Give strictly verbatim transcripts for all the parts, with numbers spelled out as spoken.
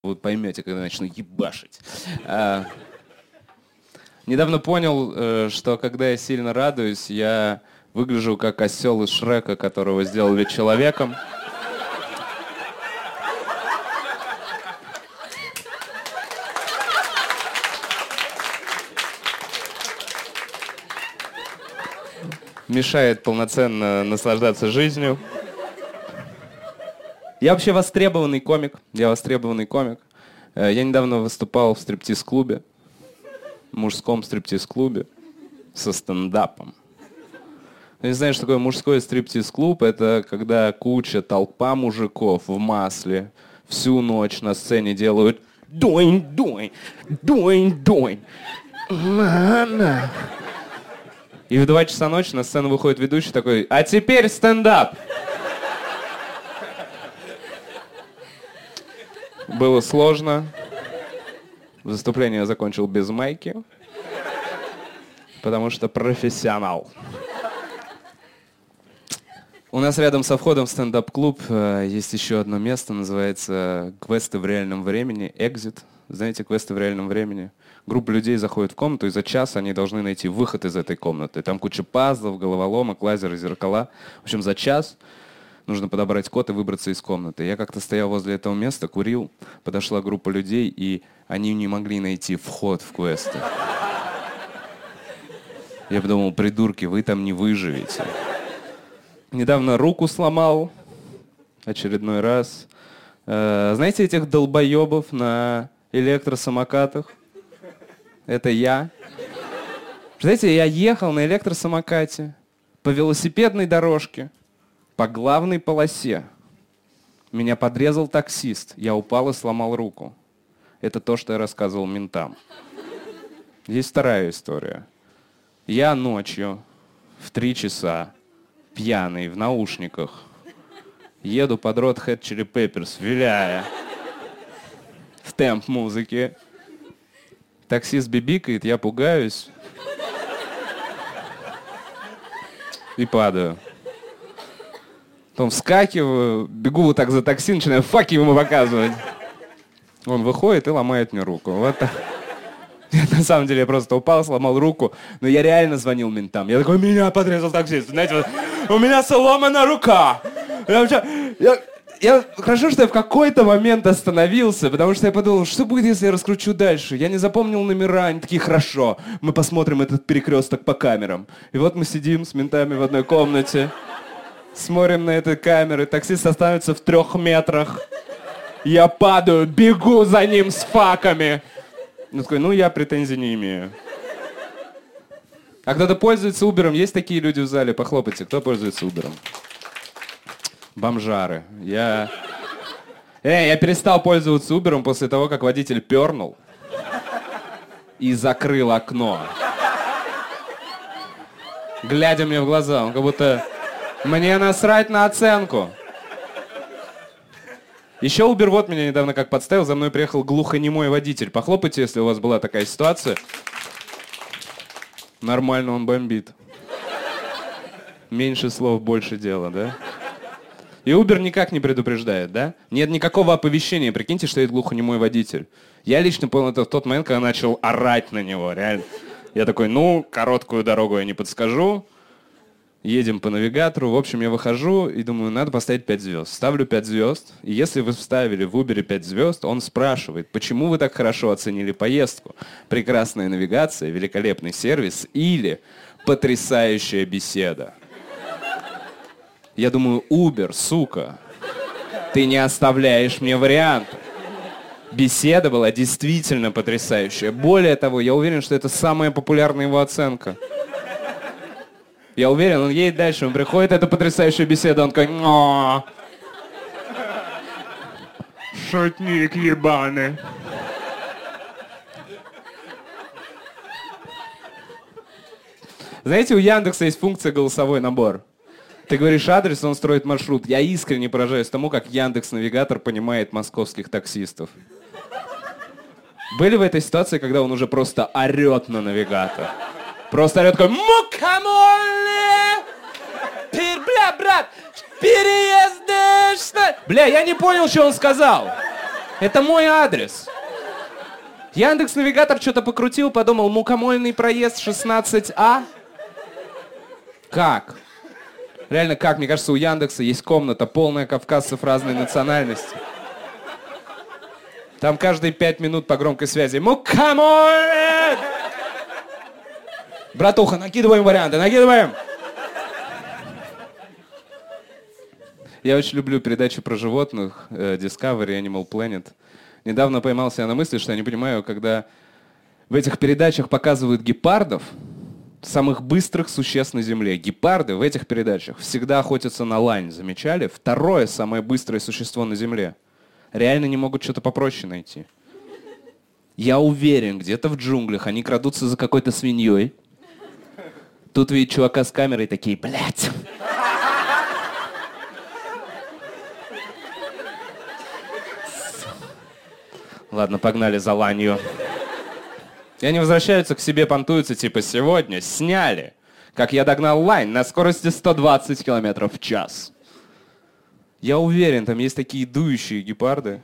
Вы поймете, когда начну ебашить. А, недавно понял, э, что когда я сильно радуюсь, я выгляжу как осел из Шрека, которого сделали человеком. Мешает полноценно наслаждаться жизнью. Я вообще востребованный комик. Я востребованный комик. Я недавно выступал в стриптиз-клубе. В мужском стриптиз-клубе. Со стендапом. Я не знаю, что такое мужской стриптиз-клуб. Это когда куча, толпа мужиков в масле всю ночь на сцене делают дуэнь-дуэнь, дуэнь-дуэнь. И в два часа ночи на сцену выходит ведущий такой: а теперь стендап. Было сложно. Выступление я закончил без майки. Потому что профессионал. У нас рядом со входом в стендап-клуб есть еще одно место, называется «Квесты в реальном времени», «Экзит». Знаете, квесты в реальном времени? Группа людей заходит в комнату, и за час они должны найти выход из этой комнаты. Там куча пазлов, головоломок, лазеры, зеркала. В общем, за час нужно подобрать код и выбраться из комнаты. Я как-то стоял возле этого места, курил, подошла группа людей, и они не могли найти вход в квесты. Я подумал: придурки, вы там не выживете. Недавно руку сломал. Очередной раз. Э, знаете этих долбоебов на электросамокатах? Это я. Знаете, я ехал на электросамокате по велосипедной дорожке, по главной полосе. Меня подрезал таксист. Я упал и сломал руку. Это то, что я рассказывал ментам. Есть вторая история. Я ночью в три часа, пьяный, в наушниках, еду под Red Hot Chili Peppers, виляя в темп музыки. Таксист бибикает, я пугаюсь и падаю. Потом вскакиваю, бегу вот так за такси, начинаю факи ему показывать. Он выходит и ломает мне руку. Вот так. На самом деле я просто упал, сломал руку, но я реально звонил ментам. Я такой: меня подрезал таксист. Знаете, вот, у меня сломана рука. Я, я, я, хорошо, что я в какой-то момент остановился, потому что я подумал, что будет, если я раскручу дальше. Я не запомнил номера, они такие: хорошо, мы посмотрим этот перекресток по камерам. И вот мы сидим с ментами в одной комнате, смотрим на эти камеры, таксист останется в трех метрах. Я падаю, бегу за ним с факами. Ну, такой: ну, я претензий не имею. А кто-то пользуется Uber'ом? Есть такие люди в зале? Похлопайте. Кто пользуется Uber'ом? Бомжары. Я... Эй, я перестал пользоваться Uber'ом после того, как водитель пернул и закрыл окно. Глядя мне в глаза. Он как будто: мне насрать на оценку. Еще Uber вот меня недавно как подставил, за мной приехал глухонемой водитель. Похлопайте, если у вас была такая ситуация. Нормально он бомбит. Меньше слов, больше дела, да? И Uber никак не предупреждает, да? Нет никакого оповещения, прикиньте, что это глухонемой водитель. Я лично понял это в тот момент, когда начал орать на него, реально. Я такой: ну, короткую дорогу я не подскажу. Едем по навигатору. В общем, я выхожу и думаю, надо поставить пять звезд. Ставлю пять звезд. И если вы вставили в Uber пять звезд, он спрашивает: почему вы так хорошо оценили поездку? Прекрасная навигация, великолепный сервис или потрясающая беседа? Я думаю: Uber, сука, ты не оставляешь мне вариантов. Беседа была действительно потрясающая. Более того, я уверен, что это самая популярная его оценка. Я уверен, он едет дальше, он приходит, это потрясающая беседа, он такой: но шутник ебаный. Знаете, у Яндекса есть функция голосовой набор. Ты говоришь адрес, он строит маршрут. Я искренне поражаюсь тому, как Яндекс.Навигатор понимает московских таксистов. Были в этой ситуации, когда он уже просто орет на навигатор? Просто орет такой: мукамоле! Бля, брат, переезды! Бля, я не понял, что он сказал. Это мой адрес. Яндекс.Навигатор что-то покрутил, подумал, мукомольный проезд шестнадцать А. Как? Реально как? Мне кажется, у Яндекса есть комната, полная кавказцев разной национальности. Там каждые пять минут по громкой связи. Мукомольный! Братуха, накидываем варианты, накидываем! Я очень люблю передачи про животных, Discovery, Animal Planet. Недавно поймал себя на мысли, что я не понимаю, когда в этих передачах показывают гепардов, самых быстрых существ на Земле. Гепарды в этих передачах всегда охотятся на лань, замечали? Второе самое быстрое существо на Земле. Реально не могут что-то попроще найти. Я уверен, где-то в джунглях они крадутся за какой-то свиньей. Тут видят чувака с камерой, такие, блядь. Ладно, погнали за ланью. И они возвращаются к себе, понтуются, типа, сегодня сняли, как я догнал лань на скорости сто двадцать километров в час. Я уверен, там есть такие дующие гепарды,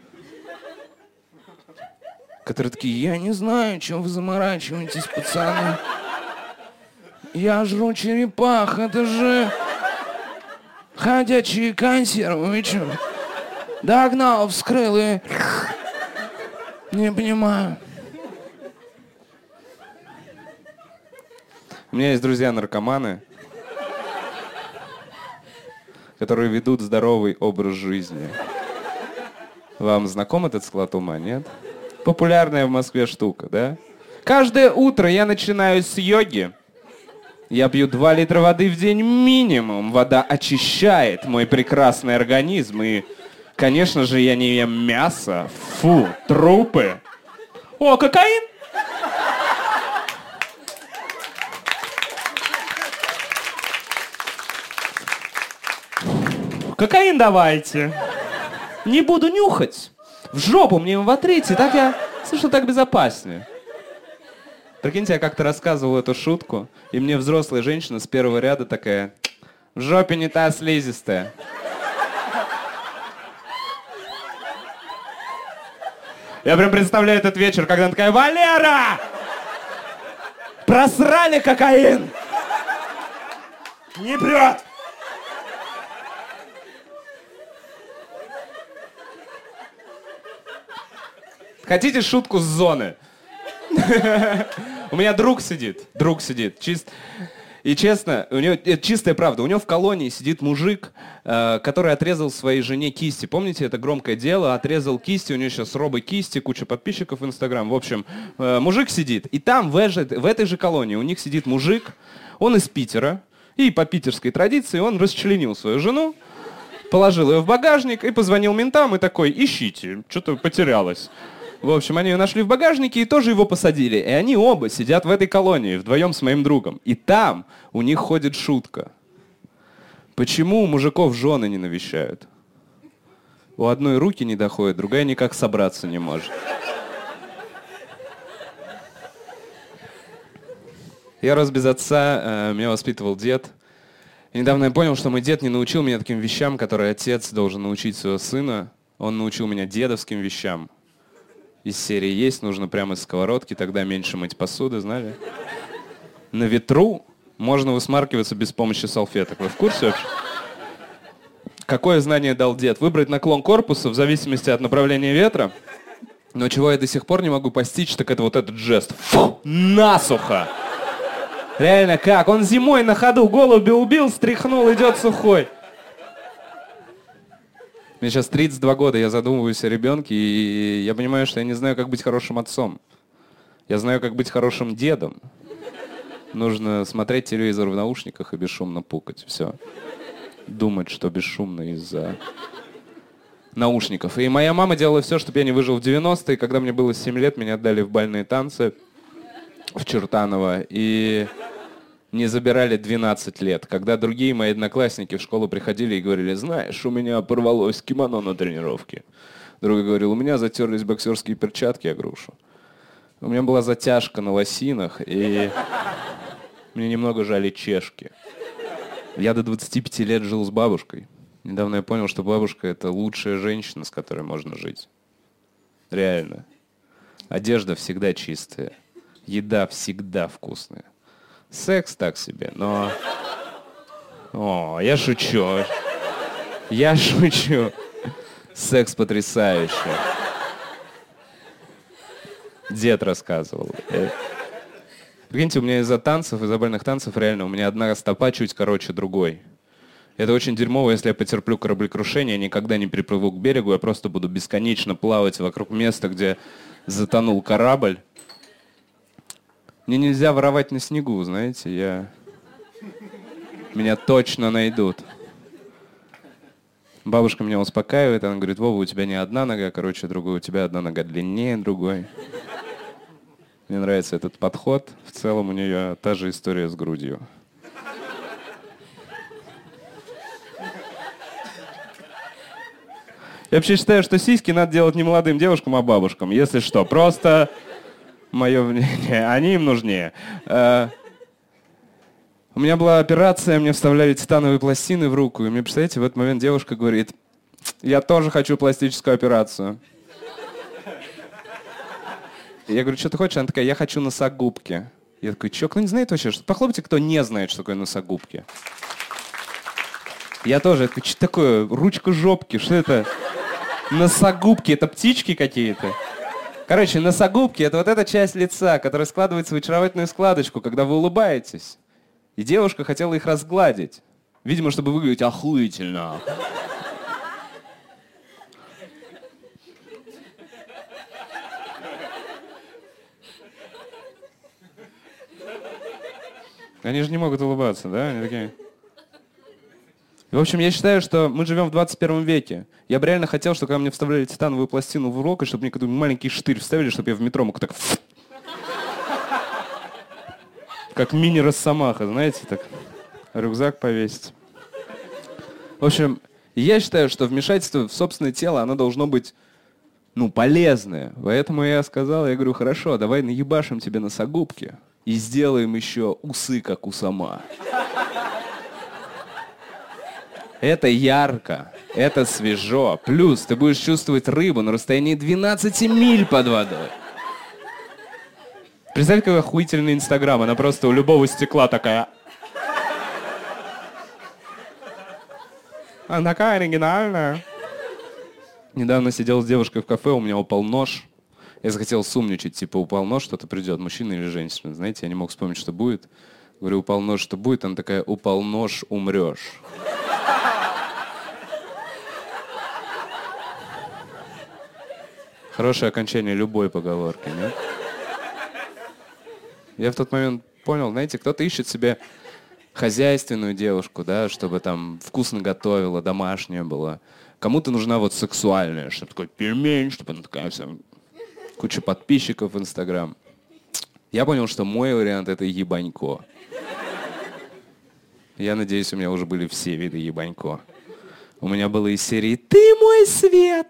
которые такие, я не знаю, чем вы заморачиваетесь, пацаны. Я жру черепах, это же ходячие консервы, вы что? Догнал, вскрыл и... Не понимаю. У меня есть друзья-наркоманы, которые ведут здоровый образ жизни. Вам знаком этот склад ума, нет? Популярная в Москве штука, да? Каждое утро я начинаю с йоги. Я пью два литра воды в день минимум. Вода очищает мой прекрасный организм. И, конечно же, я не ем мясо. Фу, трупы. О, кокаин! Кокаин давайте. Не буду нюхать. В жопу мне его вотрите. Так я слышал, так безопаснее. Прикиньте, я как-то рассказывал эту шутку, и мне взрослая женщина с первого ряда такая, в жопе не та слизистая. Я прям представляю этот вечер, когда она такая, Валера! Просрали кокаин! Не прет! Хотите шутку с зоны? У меня друг сидит, друг сидит, чист... И честно, у него, это чистая правда, у него в колонии сидит мужик, э, который отрезал своей жене кисти. Помните, это громкое дело, отрезал кисти, у него сейчас робы кисти, куча подписчиков в Инстаграм. В общем, э, мужик сидит, и там, в, этой, в этой же колонии, у них сидит мужик, он из Питера, и по питерской традиции он расчленил свою жену, положил ее в багажник и позвонил ментам и такой, ищите, что-то потерялось. В общем, они ее нашли в багажнике и тоже его посадили. И они оба сидят в этой колонии вдвоем с моим другом. И там у них ходит шутка. Почему у мужиков жены не навещают? У одной руки не доходит, другая никак собраться не может. Я рос без отца, меня воспитывал дед. И недавно я понял, что мой дед не научил меня таким вещам, которые отец должен научить своего сына. Он научил меня дедовским вещам. Из серии есть, нужно прямо из сковородки, тогда меньше мыть посуду, знали? На ветру можно высмаркиваться без помощи салфеток. Вы в курсе вообще? Какое знание дал дед? Выбрать наклон корпуса в зависимости от направления ветра. Но чего я до сих пор не могу постичь, так это вот этот жест. Фу, насухо! Реально как? Он зимой на ходу голубя убил, стряхнул, идет сухой. Мне сейчас тридцать два года, я задумываюсь о ребенке, и я понимаю, что я не знаю, как быть хорошим отцом. Я знаю, как быть хорошим дедом. Нужно смотреть телевизор в наушниках и бесшумно пукать. Все. Думать, что бесшумно из-за наушников. И моя мама делала все, чтобы я не выжил в девяностые. Когда мне было семь лет, меня отдали в бальные танцы в Чертаново. И... не забирали двенадцать лет, когда другие мои одноклассники в школу приходили и говорили, знаешь, у меня порвалось кимоно на тренировке. Другой говорил, у меня затерлись боксерские перчатки, я грушу. У меня была затяжка на лосинах, и мне немного жали чешки. Я до двадцати пяти лет жил с бабушкой. Недавно я понял, что бабушка — это лучшая женщина, с которой можно жить. Реально. Одежда всегда чистая. Еда всегда вкусная. Секс так себе, но... О, я шучу. Я шучу. Секс потрясающий. Дед рассказывал. Прикиньте, у меня из-за танцев, из-за бальных танцев, реально, у меня одна стопа чуть короче другой. Это очень дерьмово, если я потерплю кораблекрушение, я никогда не переплыву к берегу, я просто буду бесконечно плавать вокруг места, где затонул корабль. Мне нельзя воровать на снегу, знаете, я... Меня точно найдут. Бабушка меня успокаивает, она говорит: Вова, у тебя не одна нога короче другой, у тебя одна нога длиннее другой. Мне нравится этот подход. В целом у нее та же история с грудью. Я вообще считаю, что сиськи надо делать не молодым девушкам, а бабушкам. Если что, просто мое мнение, они им нужнее. У меня была операция, мне вставляли титановые пластины в руку, и мне, представляете, в этот момент девушка говорит: я тоже хочу пластическую операцию. Я говорю: что ты хочешь? Она такая: я хочу носогубки. Я такой: что, кто не знает вообще? Что? Похлопайте, кто не знает, что такое носогубки. Я тоже. Я такой: что такое? Ручка жопки, что это? Носогубки, это птички какие-то. Короче, носогубки — это вот эта часть лица, которая складывается в очаровательную складочку, когда вы улыбаетесь. И девушка хотела их разгладить. Видимо, чтобы выглядеть охуительно. Они же не могут улыбаться, да? Они такие... В общем, я считаю, что мы живем в двадцать первом веке. Я бы реально хотел, чтобы когда мне вставляли титановую пластину в рог, и чтобы мне какой-то маленький штырь вставили, чтобы я в метро мог так... Как мини-росомаха, знаете, так рюкзак повесить. В общем, я считаю, что вмешательство в собственное тело, оно должно быть, ну, полезное. Поэтому я сказал, я говорю: хорошо, давай наебашим тебе носогубки и сделаем еще усы, как у сама. Это ярко, это свежо. Плюс ты будешь чувствовать рыбу на расстоянии двенадцати миль под водой. Представь, какой охуительный Инстаграм. Она просто у любого стекла такая. Она такая оригинальная. Недавно сидел с девушкой в кафе, у меня упал нож. Я захотел сумничать, типа, упал нож, что-то придет, мужчина или женщина. Знаете, я не мог вспомнить, что будет. Говорю: упал нож, что будет? Она такая: упал нож, умрешь. Хорошее окончание любой поговорки, нет? Я в тот момент понял, знаете, кто-то ищет себе хозяйственную девушку, да, чтобы там вкусно готовила, домашняя была. Кому-то нужна вот сексуальная, чтобы такой пельмень, чтобы она такая вся... Куча подписчиков в Инстаграм. Я понял, что мой вариант — это ебанько. Я надеюсь, у меня уже были все виды ебанько. У меня было из серии «Ты мой свет!»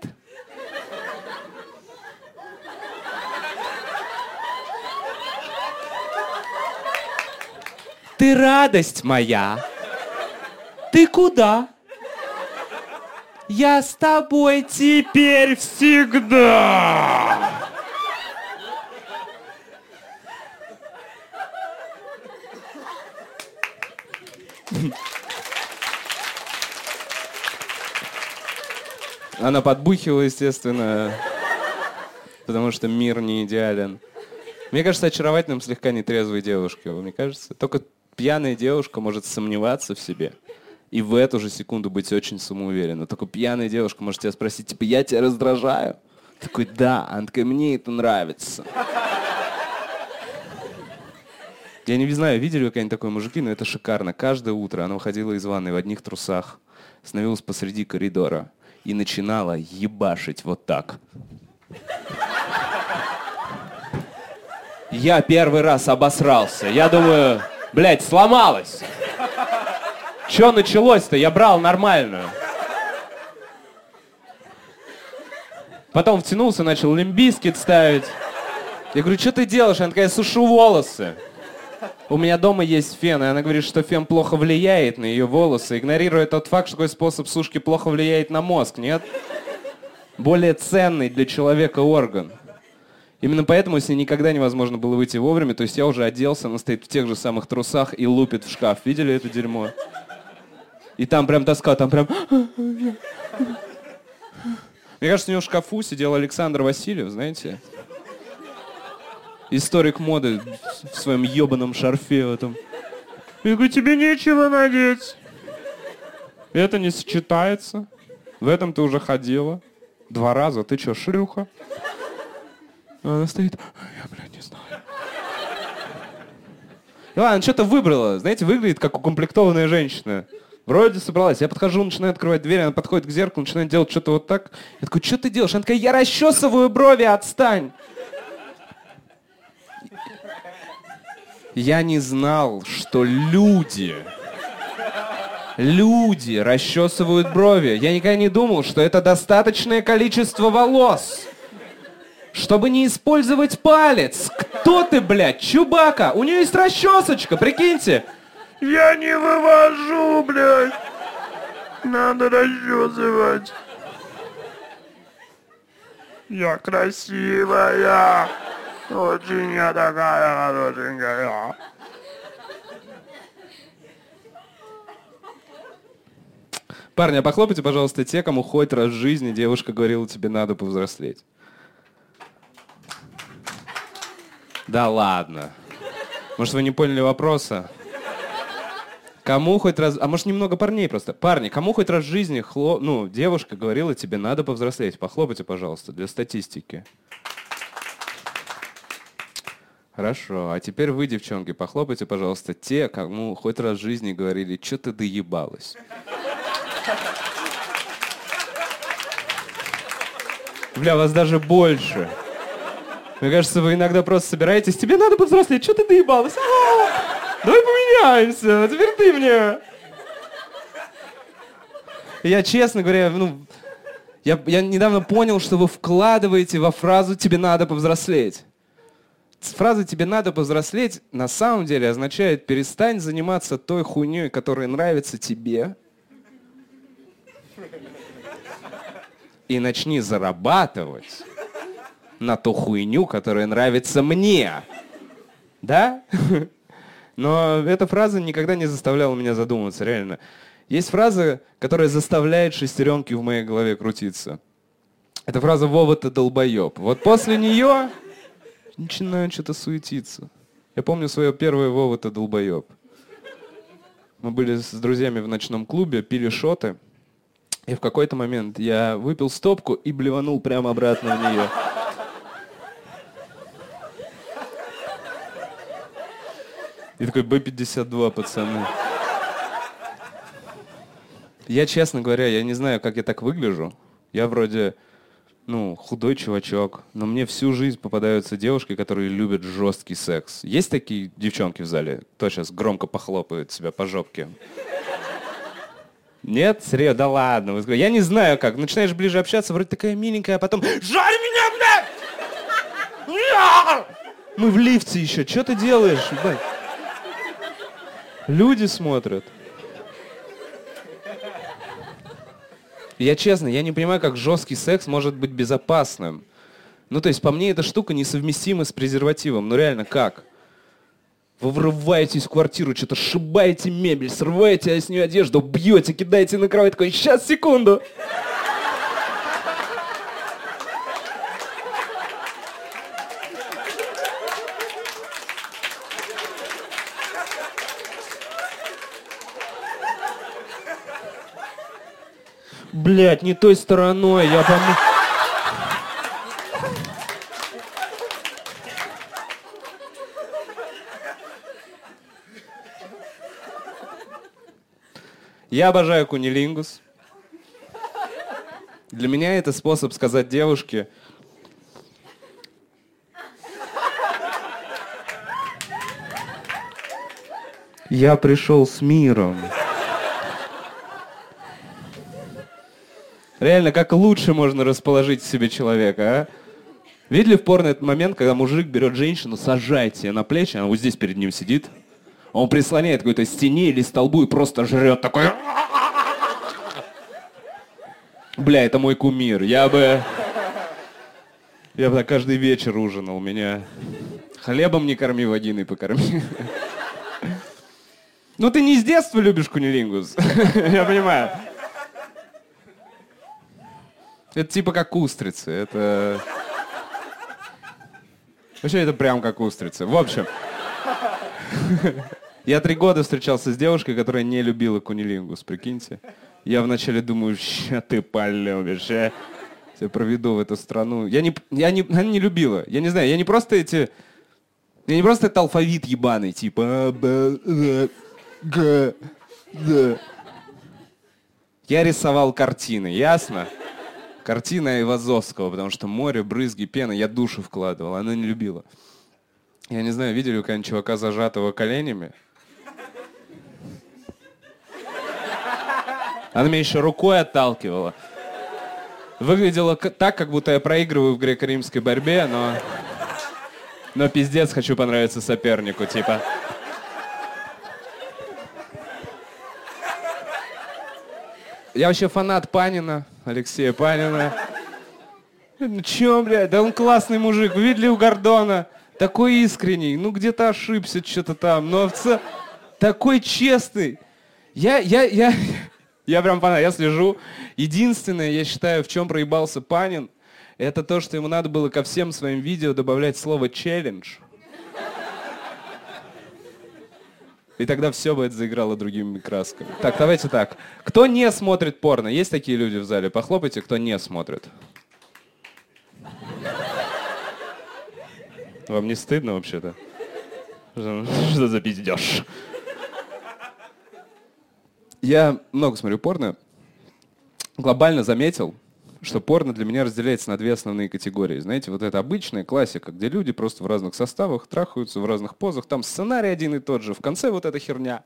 Ты радость моя. Ты куда? Я с тобой теперь всегда. Она подбухивала, естественно, потому что мир не идеален. Мне кажется очаровательным слегка нетрезвой девушке. Мне кажется, только пьяная девушка может сомневаться в себе и в эту же секунду быть очень самоуверенной. Только пьяная девушка может тебя спросить, типа: я тебя раздражаю? Такой: да. Она такая: мне это нравится. Я не знаю, видели вы когда-нибудь такой мужики, но это шикарно. Каждое утро она выходила из ванной в одних трусах, становилась посреди коридора и начинала ебашить вот так. Я первый раз обосрался. Я думаю, блядь, сломалась. Че началось-то? Я брал нормальную. Потом втянулся, начал Limp Bizkit ставить. Я говорю: что ты делаешь? Она такая: я сушу волосы. У меня дома есть фен, и она говорит, что фен плохо влияет на ее волосы, игнорируя тот факт, что такой способ сушки плохо влияет на мозг, нет? более ценный для человека орган. Именно поэтому с ней никогда невозможно было выйти вовремя. То есть я уже оделся, она стоит в тех же самых трусах и лупит в шкаф. Видели это дерьмо? И там прям тоска, там прям... Мне кажется, у него в шкафу сидел Александр Васильев, знаете? Историк моды в своем ебаном шарфе в этом. Я говорю, тебе нечего надеть. Это не сочетается. В этом ты уже ходила. Два раза. Ты что, шлюха? Она стоит, я, блядь, не знаю. И ладно, что-то выбрала. Знаете, выглядит как укомплектованная женщина. Вроде собралась. Я подхожу, начинаю открывать дверь, она подходит к зеркалу, начинает делать что-то вот так. Я такой, что ты делаешь? Она такая, я расчесываю брови, отстань. Я не знал, что люди, люди расчесывают брови. Я никогда не думал, что это достаточное количество волос, чтобы не использовать палец. Кто ты, блядь, Чубака? У нее есть расчесочка, прикиньте. Я не вывожу, блядь. Надо расчесывать. Я красивая. Очень я такая хорошенькая. Парни, а похлопайте, пожалуйста, те, кому хоть раз в жизни девушка говорила, тебе надо повзрослеть. Да ладно. Может, вы не поняли вопроса? Кому хоть раз... А может, немного парней просто. Парни, кому хоть раз в жизни хло... ну, девушка говорила, тебе надо повзрослеть? Похлопайте, пожалуйста, для статистики. Хорошо. А теперь вы, девчонки, похлопайте, пожалуйста, те, кому хоть раз в жизни говорили, что ты доебалась. Бля, вас даже больше. Мне кажется, вы иногда просто собираетесь, тебе надо повзрослеть, что ты доебалась? А-а-а! Давай поменяемся, а теперь ты мне. Я, честно говоря, ну, я, я недавно понял, что вы вкладываете во фразу «тебе надо повзрослеть». Фраза «тебе надо повзрослеть» на самом деле означает «перестань заниматься той хуйней, которая нравится тебе, и начни зарабатывать на ту хуйню, которая нравится мне». Да? Но эта фраза никогда не заставляла меня задумываться, реально. Есть фраза, которая заставляет шестеренки в моей голове крутиться. Это фраза «Вова, ты долбоеб». Вот после нее начинаю что-то суетиться. Я помню свое первое «Вова, ты долбоеб». Мы были с друзьями в ночном клубе, пили шоты. И в какой-то момент я выпил стопку и блеванул прямо обратно в нее. И такой, бэ пятьдесят два, пацаны. Я, честно говоря, я не знаю, как я так выгляжу. Я вроде, ну, худой чувачок, но мне всю жизнь попадаются девушки, которые любят жесткий секс. Есть такие девчонки в зале? Кто сейчас громко похлопает себя по жопке? Нет? Серьезно? Да ладно. Я не знаю как. Начинаешь ближе общаться, вроде такая миленькая, а потом «Жарь меня, блядь!» Мы в лифте еще. Что ты делаешь, блядь? Люди смотрят. Я честно, я не понимаю, как жесткий секс может быть безопасным. Ну, то есть, по мне, эта штука несовместима с презервативом. Ну, реально, как? Вы врываетесь в квартиру, что-то сшибаете мебель, срываете с нее одежду, бьете, кидаете на кровать, такой, сейчас, секунду. Блядь, не той стороной, я помню. Я обожаю кунилингус. Для меня это способ сказать девушке: я пришел с миром. Реально, как лучше можно расположить в себе человека, а? Видели в порно этот момент, когда мужик берет женщину, сажает ее на плечи, она вот здесь перед ним сидит, он прислоняет к какой-то стене или столбу и просто жрет такой... Бля, это мой кумир. Я бы... Я бы так каждый вечер ужинал. Меня хлебом не корми, водиной покорми. Ну ты не с детства любишь кунилингус. Я понимаю. Это типа как устрицы. Это... Вообще это прям как устрицы. В общем... Я три года встречался с девушкой, которая не любила кунилингус, прикиньте. Я вначале думаю, ща ты полюбишь, я тебя проведу в эту страну. Я не, я не, она не любила. Я не знаю, я не просто эти... Я не просто этот алфавит ебаный, типа... А, б, э, г, д. Я рисовал картины, ясно? Картина Айвазовского, потому что море, брызги, пена, я душу вкладывал, она не любила. Я не знаю, видели у кого-нибудь чувака, зажатого коленями? Она меня еще рукой отталкивала. Выглядело так, как будто я проигрываю в греко-римской борьбе, но... Но пиздец, хочу понравиться сопернику, типа. Я вообще фанат Панина, Алексея Панина. Ну чё, блядь, да он классный мужик. Вы видели у Гордона? Такой искренний, ну где-то ошибся что-то там, но в целом такой честный. Я, я, я, я прям фанат, я слежу. Единственное, я считаю, в чем проебался Панин, это то, что ему надо было ко всем своим видео добавлять слово «челлендж». И тогда все бы это заиграло другими красками. Так, давайте так. Кто не смотрит порно? Есть такие люди в зале? Похлопайте, кто не смотрит. Вам не стыдно вообще-то? Что за пиздеж? Я много смотрю порно. Глобально заметил, что порно для меня разделяется на две основные категории. Знаете, вот это обычная классика, где люди просто в разных составах трахаются, в разных позах. Там сценарий один и тот же. В конце вот эта херня.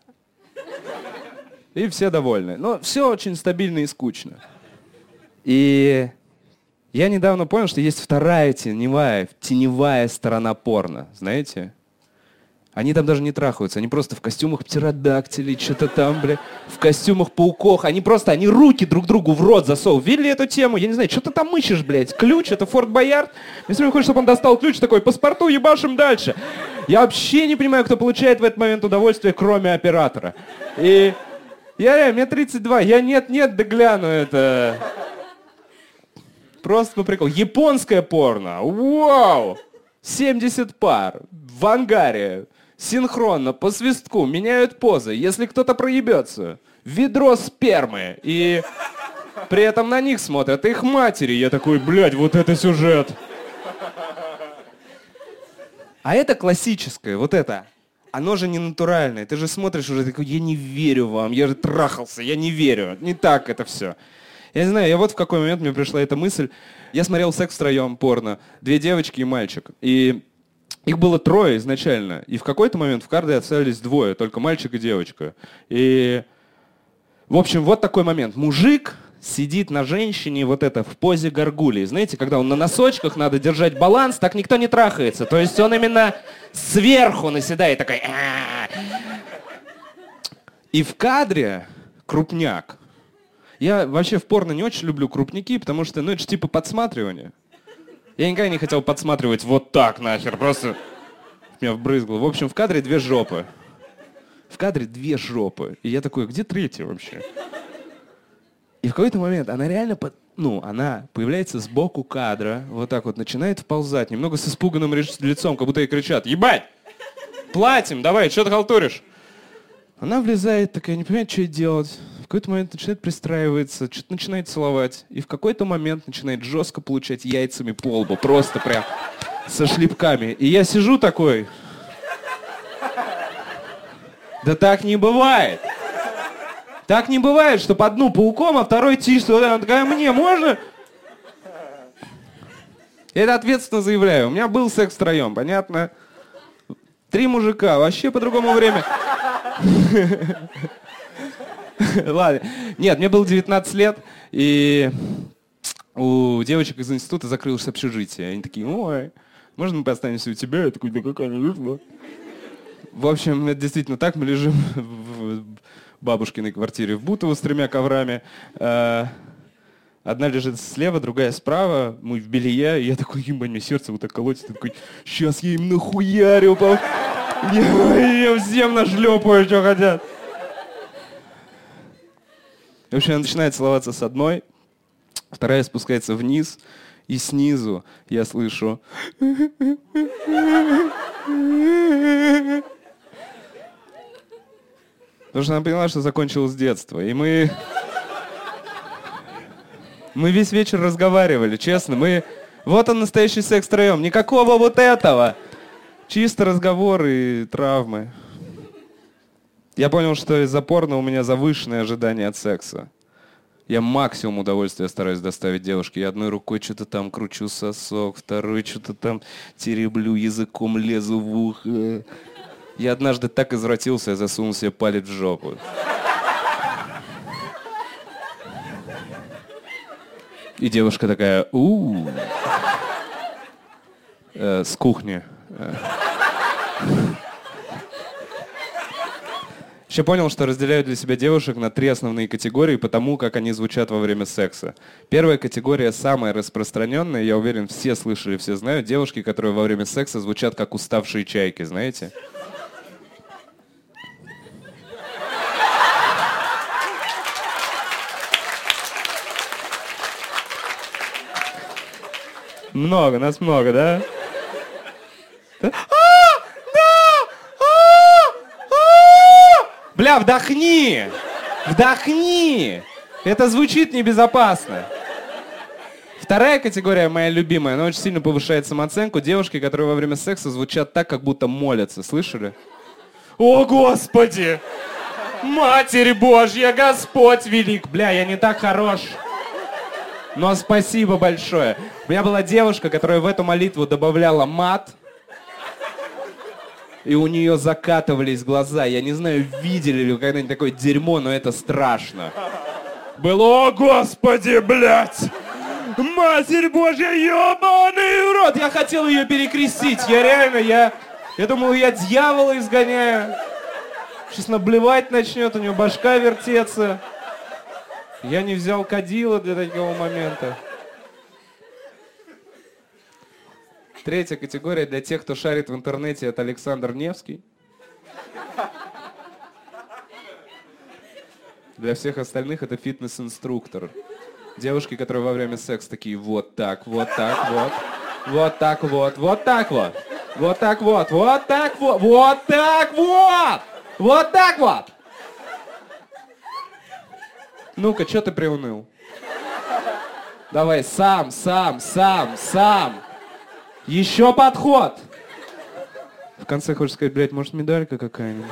И все довольны. Но все очень стабильно и скучно. И... Я недавно понял, что есть вторая теневая, теневая сторона порно, знаете? Они там даже не трахаются, они просто в костюмах птеродактилей, что-то там, бля, в костюмах пауков. Они просто, они руки друг другу в рот засовывают. Видели эту тему? Я не знаю, что ты там ищешь, блядь? Ключ, это Форт Боярд? Мне все время хочется, чтобы он достал ключ такой, паспорту, ебашим дальше. Я вообще не понимаю, кто получает в этот момент удовольствие, кроме оператора. И я, мне тридцать два, я нет-нет, да гляну это... Просто по приколу. Японское порно. Вау! семьдесят пар. В ангаре. Синхронно, по свистку. Меняют позы. Если кто-то проебется. Ведро спермы. И при этом на них смотрят их матери. Я такой, блядь, вот это сюжет. А это классическое. Вот это. Оно же не натуральное. Ты же смотришь уже такой, я не верю вам. Я же трахался. Я не верю. Не так это все. Я не знаю, я вот в какой момент мне пришла эта мысль. Я смотрел «Секс втроем» порно. Две девочки и мальчик. И их было трое изначально. И в какой-то момент в кадре остались двое. Только мальчик и девочка. И... В общем, вот такой момент. Мужик сидит на женщине вот это в позе горгулии. Знаете, когда он на носочках, надо держать баланс, так никто не трахается. То есть он именно сверху наседает такой... И в кадре крупняк. Я вообще в порно не очень люблю крупники, потому что, ну, это же типа подсматривание. Я никогда не хотел подсматривать вот так нахер, просто меня вбрызгло. В общем, в кадре две жопы. В кадре две жопы. И я такой, где третья вообще? И в какой-то момент она реально, под... ну, она появляется сбоку кадра, вот так вот начинает вползать, немного с испуганным лицом, как будто ей кричат, ебать, платим, давай, что ты халтуришь? Она влезает, такая, не понимает, что ей делать. В какой-то момент начинает пристраиваться, что-то начинает целовать. И в какой-то момент начинает жестко получать яйцами по лбу. Просто прям со шлепками. И я сижу такой. Да так не бывает. Так не бывает, что по одну пауком, а второй тишь. Она такая, мне можно? Я это ответственно заявляю. У меня был секс втроем, понятно? Три мужика, вообще по другому время. Ладно. Нет, мне было девятнадцать лет, и у девочек из института закрылось общежитие. Они такие, ой, можно мы останемся у тебя? Я такой, да какая нужна. В общем, это действительно так. Мы лежим в бабушкиной квартире в Бутово с тремя коврами. Одна лежит слева, другая справа, мы в белье, и я такой, ебать, мне сердце вот так колотится, я такой, сейчас я им нахуярю, пол... я, я всем нашлепаю, что хотят. В общем, она начинает целоваться с одной, вторая спускается вниз, и снизу я слышу... Потому что она поняла, что закончилось детство, и мы... Мы весь вечер разговаривали, честно. Мы... Вот он, настоящий секс втроем. Никакого вот этого. Чисто разговоры и травмы. Я понял, что из-за порно у меня завышенное ожидание от секса. Я максимум удовольствия стараюсь доставить девушке. Я одной рукой что-то там кручу сосок, второй что-то там тереблю, языком лезу в ухо. Я однажды так извратился, я засунул себе палец в жопу. И девушка такая, у э, с кухни. Еще понял, что разделяю для себя девушек на три основные категории по тому, как они звучат во время секса. Первая категория самая распространенная, я уверен, все слышали, все знают. Девушки, которые во время секса звучат как уставшие чайки, знаете? Много, нас много, да? Да? Бля, вдохни! Вдохни! Это звучит небезопасно. Вторая категория, моя любимая, она очень сильно повышает самооценку. Девушки, которые во время секса звучат так, как будто молятся. Слышали? О, Господи! Матерь Божья, Господь велик! Бля, я не так хорош. Но спасибо большое. У меня была девушка, которая в эту молитву добавляла мат, и у нее закатывались глаза. Я не знаю, видели ли вы когда-нибудь такое дерьмо, но это страшно. Было, о Господи, блядь! Матерь Божья, ебаный урод! Я хотел ее перекрестить. Я реально, я... Я думал, я дьявола изгоняю. Сейчас наблевать начнет, у нее башка вертеться. Я не взял кадила для такого момента. Третья категория для тех, кто шарит в интернете, это Александр Невский. Для всех остальных это фитнес-инструктор. Девушки, которые во время секса такие вот так, вот так, вот. Вот так вот, вот так вот. Вот так вот, вот так вот, вот так вот. Вот так вот. Ну-ка, что ты приуныл? Давай, сам, сам, сам, сам. Еще подход. В конце хочешь сказать, блядь, может, медалька какая-нибудь?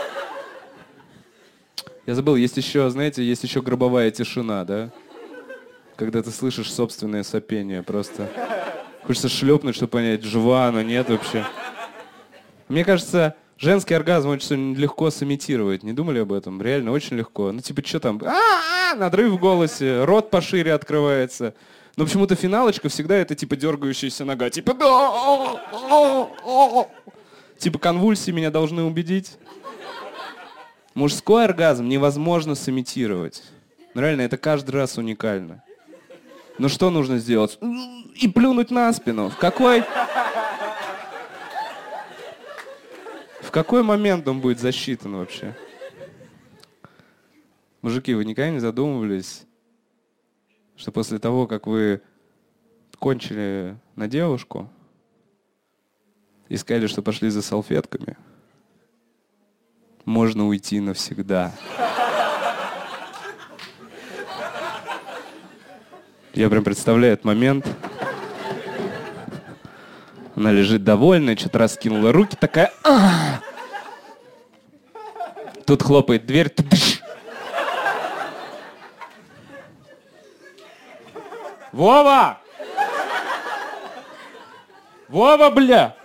Я забыл, есть еще, знаете, есть еще гробовая тишина, да? Когда ты слышишь собственное сопение, просто хочется шлепнуть, чтобы понять, жива она, нет вообще. Мне кажется, женский оргазм очень легко сымитировать. Не думали об этом? Реально, очень легко. Ну, типа, что там? А-а-а! Надрыв в голосе, рот пошире открывается. Но почему-то финалочка всегда это, типа, дергающаяся нога. Типа, типа, конвульсии меня должны убедить. Мужской оргазм невозможно сымитировать. Но реально, это каждый раз уникально. Но что нужно сделать? И плюнуть на спину. В какой... В какой момент он будет засчитан вообще? Мужики, вы никогда не задумывались, что после того, как вы кончили на девушку и сказали, что пошли за салфетками, можно уйти навсегда. Я прям представляю этот момент. Она лежит довольная, что-то раскинула руки, такая... А-а-а! Тут хлопает дверь. Вова! Вова, бля!